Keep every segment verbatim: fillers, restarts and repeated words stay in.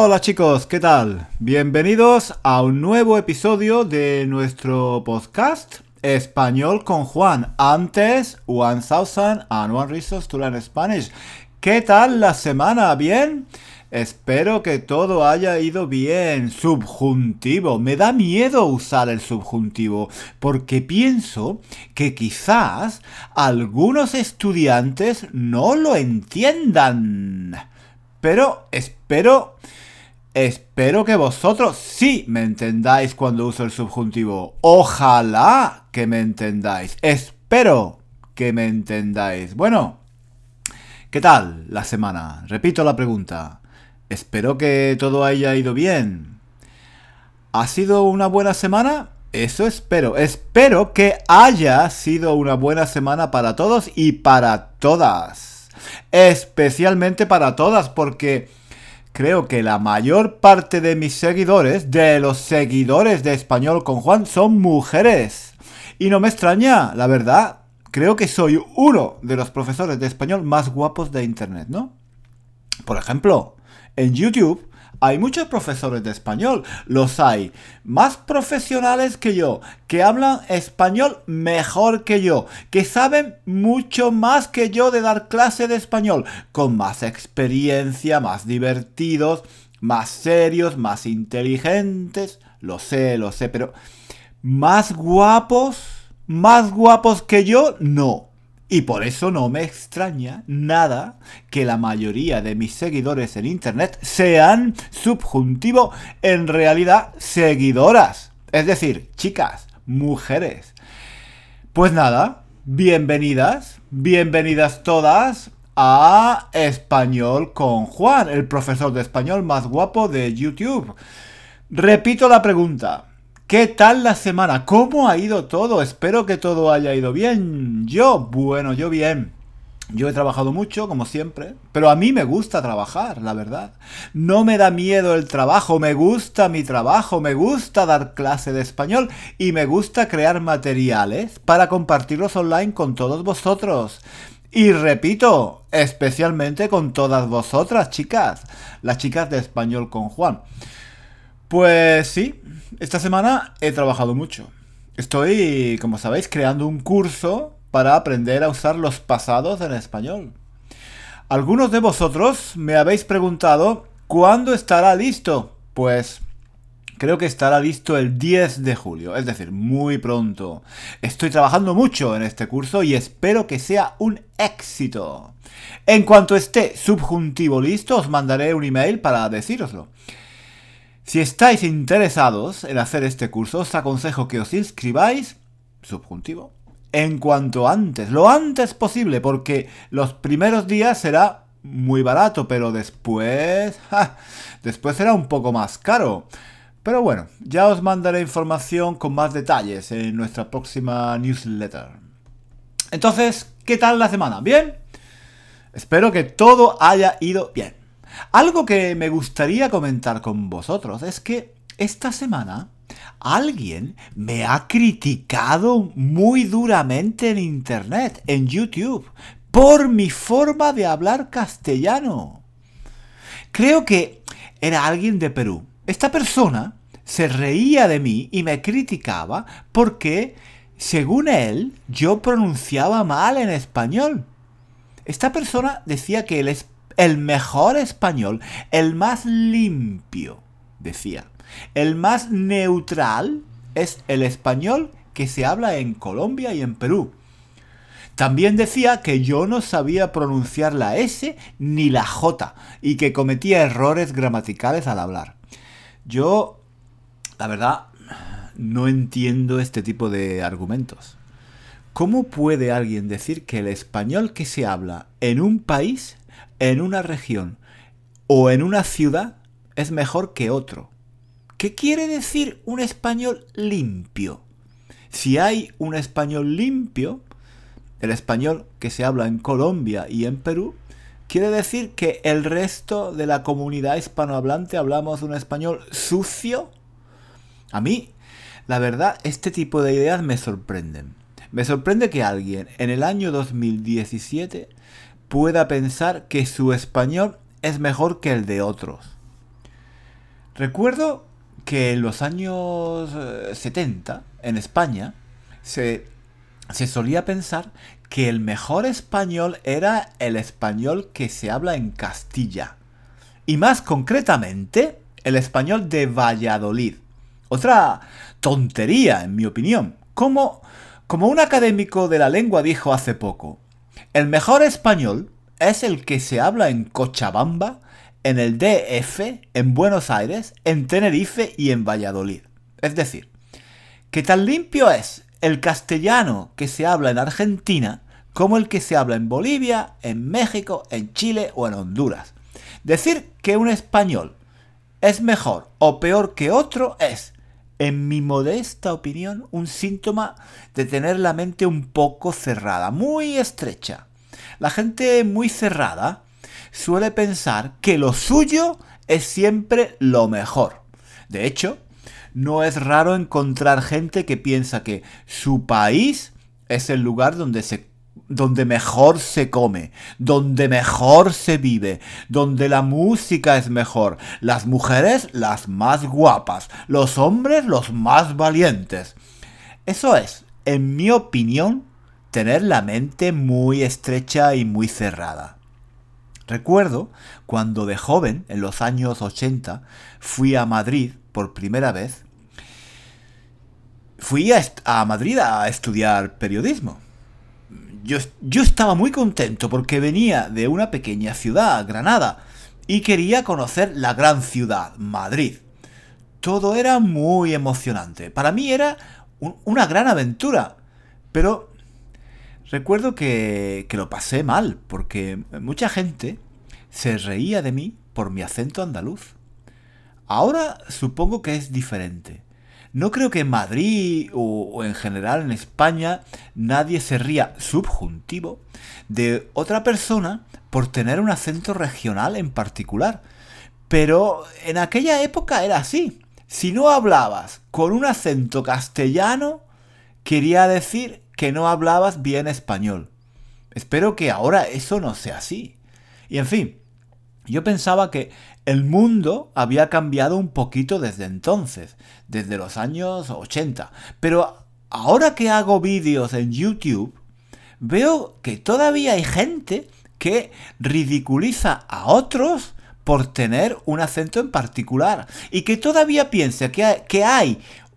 Hola chicos, ¿qué tal? Bienvenidos a un nuevo episodio de nuestro podcast Español con Juan. Antes, one thousand and one reasons to learn Spanish. ¿Qué tal la semana? ¿Bien? Espero que todo haya ido bien. Subjuntivo. Me da miedo usar el subjuntivo porque pienso que quizás algunos estudiantes no lo entiendan. Pero espero, espero que vosotros sí me entendáis cuando uso el subjuntivo. Ojalá que me entendáis. Espero que me entendáis. Bueno, ¿qué tal la semana? Repito la pregunta. Espero que todo haya ido bien. ¿Ha sido una buena semana? Eso espero. Espero que haya sido una buena semana para todos y para todas. Especialmente para todas, porque creo que la mayor parte de mis seguidores, de los seguidores de Español con Juan, son mujeres. Y no me extraña, la verdad. Creo que soy uno de los profesores de español más guapos de internet, ¿no? Por ejemplo, en YouTube hay muchos profesores de español. Los hay más profesionales que yo, que hablan español mejor que yo, que saben mucho más que yo de dar clase de español, con más experiencia, más divertidos, más serios, más inteligentes. Lo sé, lo sé, pero más guapos, más guapos que yo, no. Y por eso no me extraña nada que la mayoría de mis seguidores en internet sean, subjuntivo, en realidad seguidoras. Es decir, chicas, mujeres. Pues nada, bienvenidas, bienvenidas todas a Español con Juan, el profesor de español más guapo de YouTube. Repito la pregunta. ¿Qué tal la semana? ¿Cómo ha ido todo? Espero que todo haya ido bien. Yo, bueno, yo bien. Yo he trabajado mucho, como siempre, pero a mí me gusta trabajar, la verdad. No me da miedo el trabajo, me gusta mi trabajo, me gusta dar clase de español y me gusta crear materiales para compartirlos online con todos vosotros. Y repito, especialmente con todas vosotras, chicas, las chicas de Español con Juan. Pues sí, esta semana he trabajado mucho. Estoy, como sabéis, creando un curso para aprender a usar los pasados en español. Algunos de vosotros me habéis preguntado ¿cuándo estará listo? Pues creo que estará listo el diez de julio, es decir, muy pronto. Estoy trabajando mucho en este curso y espero que sea un éxito. En cuanto esté subjuntivo listo, os mandaré un email para decíroslo. Si estáis interesados en hacer este curso, os aconsejo que os inscribáis, subjuntivo, en cuanto antes, lo antes posible, porque los primeros días será muy barato, pero después, ¡ja! Después será un poco más caro. Pero bueno, ya os mandaré información con más detalles en nuestra próxima newsletter. Entonces, ¿qué tal la semana? ¿Bien? Espero que todo haya ido bien. Algo que me gustaría comentar con vosotros es que esta semana alguien me ha criticado muy duramente en internet, en YouTube, por mi forma de hablar castellano. Creo que era alguien de Perú. Esta persona se reía de mí y me criticaba porque, según él, yo pronunciaba mal en español. Esta persona decía que el español El mejor español, el más limpio, decía. El más neutral es el español que se habla en Colombia y en Perú. También decía que yo no sabía pronunciar la S ni la J y que cometía errores gramaticales al hablar. Yo, la verdad, no entiendo este tipo de argumentos. ¿Cómo puede alguien decir que el español que se habla en un país, en una región o en una ciudad es mejor que otro? ¿Qué quiere decir un español limpio? Si hay un español limpio, el español que se habla en Colombia y en Perú, quiere decir que el resto de la comunidad hispanohablante hablamos un español sucio. A mí, la verdad, este tipo de ideas me sorprenden. Me sorprende que alguien en el año dos mil diecisiete pueda pensar que su español es mejor que el de otros. Recuerdo que en los años eh, setenta, en España, se, se solía pensar que el mejor español era el español que se habla en Castilla. Y más concretamente, el español de Valladolid. Otra tontería, en mi opinión. Como, como un académico de la lengua dijo hace poco, el mejor español es el que se habla en Cochabamba, en el D F, en Buenos Aires, en Tenerife y en Valladolid. Es decir, que tan limpio es el castellano que se habla en Argentina como el que se habla en Bolivia, en México, en Chile o en Honduras. Decir que un español es mejor o peor que otro es, en mi modesta opinión, un síntoma de tener la mente un poco cerrada, muy estrecha. La gente muy cerrada suele pensar que lo suyo es siempre lo mejor. De hecho, no es raro encontrar gente que piensa que su país es el lugar donde se donde mejor se come, donde mejor se vive, donde la música es mejor, las mujeres las más guapas, los hombres los más valientes. Eso es, en mi opinión, tener la mente muy estrecha y muy cerrada. Recuerdo cuando de joven, en los años ochenta, fui a Madrid por primera vez. Fui a, est- a Madrid a estudiar periodismo. Yo, yo estaba muy contento porque venía de una pequeña ciudad, Granada, y quería conocer la gran ciudad, Madrid. Todo era muy emocionante. Para mí era un- una gran aventura. Pero recuerdo que, que lo pasé mal, porque mucha gente se reía de mí por mi acento andaluz. Ahora supongo que es diferente. No creo que en Madrid o, o en general en España nadie se ría subjuntivo de otra persona por tener un acento regional en particular. Pero en aquella época era así. Si no hablabas con un acento castellano, quería decir que no hablabas bien español. Espero que ahora eso no sea así. Y en fin, yo pensaba que el mundo había cambiado un poquito desde entonces, desde los años ochenta. Pero ahora que hago vídeos en YouTube, veo que todavía hay gente que ridiculiza a otros por tener un acento en particular. Y que todavía piensa que hay, que hay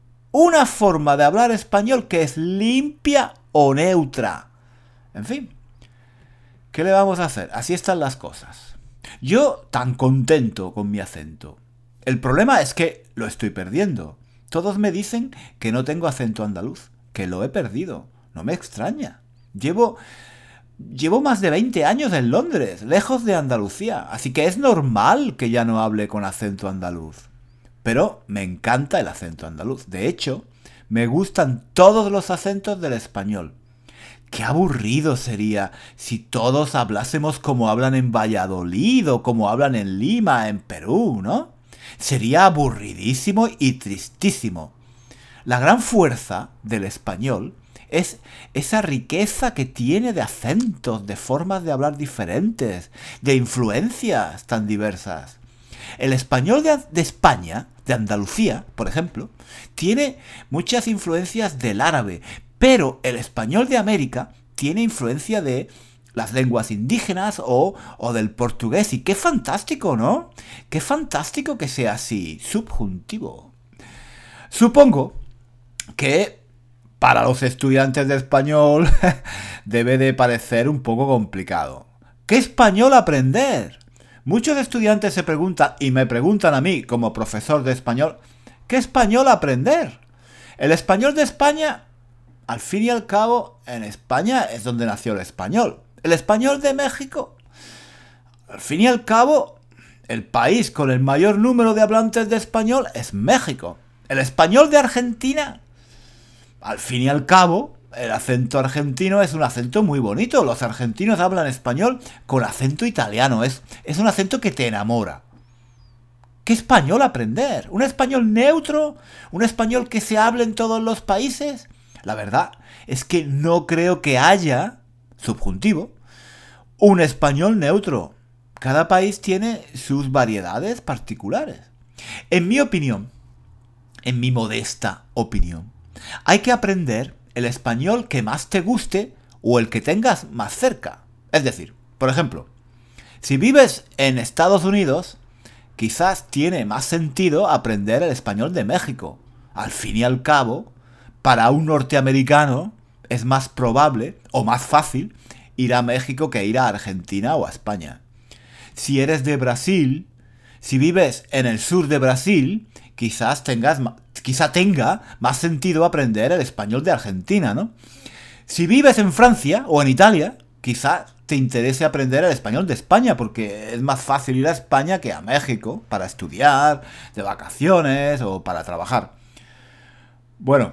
una forma de hablar español que es limpia o neutra. En fin, ¿qué le vamos a hacer? Así están las cosas. Yo tan contento con mi acento. El problema es que lo estoy perdiendo. Todos me dicen que no tengo acento andaluz, que lo he perdido. No me extraña. Llevo llevo más de veinte años en Londres, lejos de Andalucía, así que es normal que ya no hable con acento andaluz. Pero me encanta el acento andaluz. De hecho, me gustan todos los acentos del español. Qué aburrido sería si todos hablásemos como hablan en Valladolid o como hablan en Lima, en Perú, ¿no? Sería aburridísimo y tristísimo. La gran fuerza del español es esa riqueza que tiene de acentos, de formas de hablar diferentes, de influencias tan diversas. El español de, de España, de Andalucía, por ejemplo, tiene muchas influencias del árabe, pero el español de América tiene influencia de las lenguas indígenas o, o del portugués. Y qué fantástico, ¿no? Qué fantástico que sea así, subjuntivo. Supongo que para los estudiantes de español debe de parecer un poco complicado. ¿Qué español aprender? Muchos estudiantes se preguntan, y me preguntan a mí como profesor de español, ¿qué español aprender? El español de España, al fin y al cabo, en España es donde nació el español. El español de México, al fin y al cabo, el país con el mayor número de hablantes de español es México. El español de Argentina, al fin y al cabo, el acento argentino es un acento muy bonito. Los argentinos hablan español con acento italiano. Es, es un acento que te enamora. ¿Qué español aprender? ¿Un español neutro? ¿Un español que se hable en todos los países? La verdad es que no creo que haya, subjuntivo, un español neutro. Cada país tiene sus variedades particulares. En mi opinión, en mi modesta opinión, hay que aprender el español que más te guste o el que tengas más cerca. Es decir, por ejemplo, si vives en Estados Unidos, quizás tiene más sentido aprender el español de México. Al fin y al cabo, para un norteamericano es más probable o más fácil ir a México que ir a Argentina o a España. Si eres de Brasil, si vives en el sur de Brasil, quizás tengas, quizá tenga más sentido aprender el español de Argentina, ¿no? Si vives en Francia o en Italia, quizás te interese aprender el español de España, porque es más fácil ir a España que a México para estudiar, de vacaciones o para trabajar. Bueno,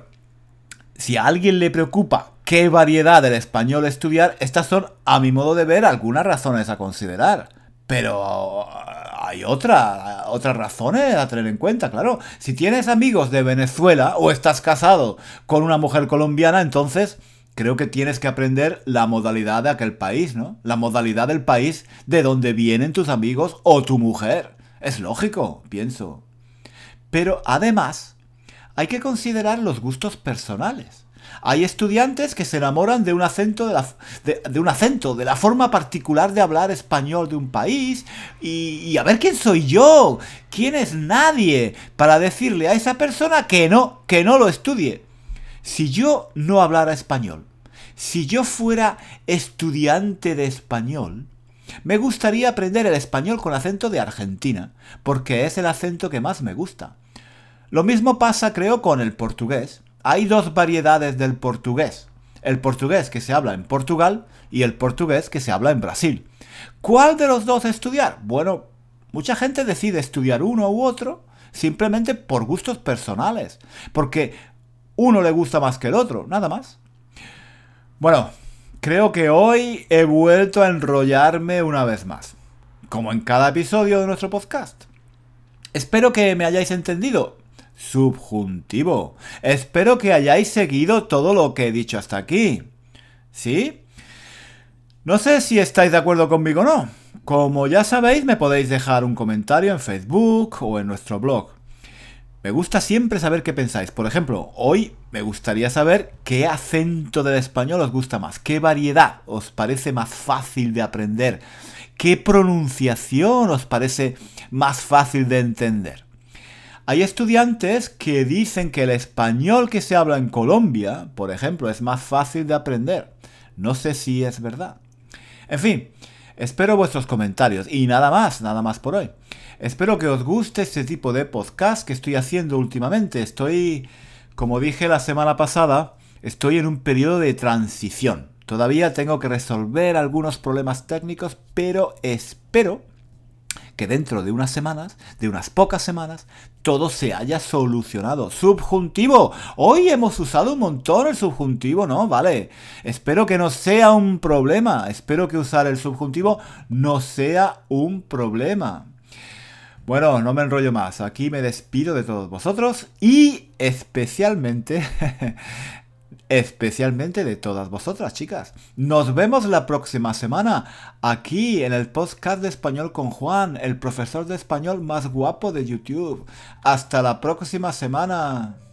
si a alguien le preocupa qué variedad del español estudiar, estas son, a mi modo de ver, algunas razones a considerar. Pero hay otra, otras razones a tener en cuenta, claro. Si tienes amigos de Venezuela o estás casado con una mujer colombiana, entonces creo que tienes que aprender la modalidad de aquel país, ¿no? La modalidad del país de donde vienen tus amigos o tu mujer. Es lógico, pienso. Pero además, hay que considerar los gustos personales. Hay estudiantes que se enamoran de un acento de, la, de, de un acento, de la forma particular de hablar español de un país. Y, y a ver quién soy yo, quién es nadie para decirle a esa persona que no, que no lo estudie. Si yo no hablara español, si yo fuera estudiante de español, me gustaría aprender el español con acento de Argentina, porque es el acento que más me gusta. Lo mismo pasa, creo, con el portugués. Hay dos variedades del portugués. El portugués que se habla en Portugal y el portugués que se habla en Brasil. ¿Cuál de los dos estudiar? Bueno, mucha gente decide estudiar uno u otro simplemente por gustos personales. Porque uno le gusta más que el otro, nada más. Bueno, creo que hoy he vuelto a enrollarme una vez más. Como en cada episodio de nuestro podcast. Espero que me hayáis entendido. Subjuntivo. Espero que hayáis seguido todo lo que he dicho hasta aquí. ¿Sí? No sé si estáis de acuerdo conmigo o no. Como ya sabéis, me podéis dejar un comentario en Facebook o en nuestro blog. Me gusta siempre saber qué pensáis. Por ejemplo, hoy me gustaría saber qué acento del español os gusta más, qué variedad os parece más fácil de aprender, qué pronunciación os parece más fácil de entender. Hay estudiantes que dicen que el español que se habla en Colombia, por ejemplo, es más fácil de aprender. No sé si es verdad. En fin, espero vuestros comentarios y nada más, nada más por hoy. Espero que os guste este tipo de podcast que estoy haciendo últimamente. Estoy, como dije la semana pasada, estoy en un periodo de transición. Todavía tengo que resolver algunos problemas técnicos, pero espero que dentro de unas semanas, de unas pocas semanas, todo se haya solucionado. Subjuntivo. Hoy hemos usado un montón el subjuntivo, ¿no? Vale. Espero que no sea un problema. Espero que usar el subjuntivo no sea un problema. Bueno, no me enrollo más. Aquí me despido de todos vosotros y especialmente... especialmente de todas vosotras, chicas. Nos vemos la próxima semana aquí en el podcast de Español con Juan, el profesor de español más guapo de YouTube. Hasta la próxima semana.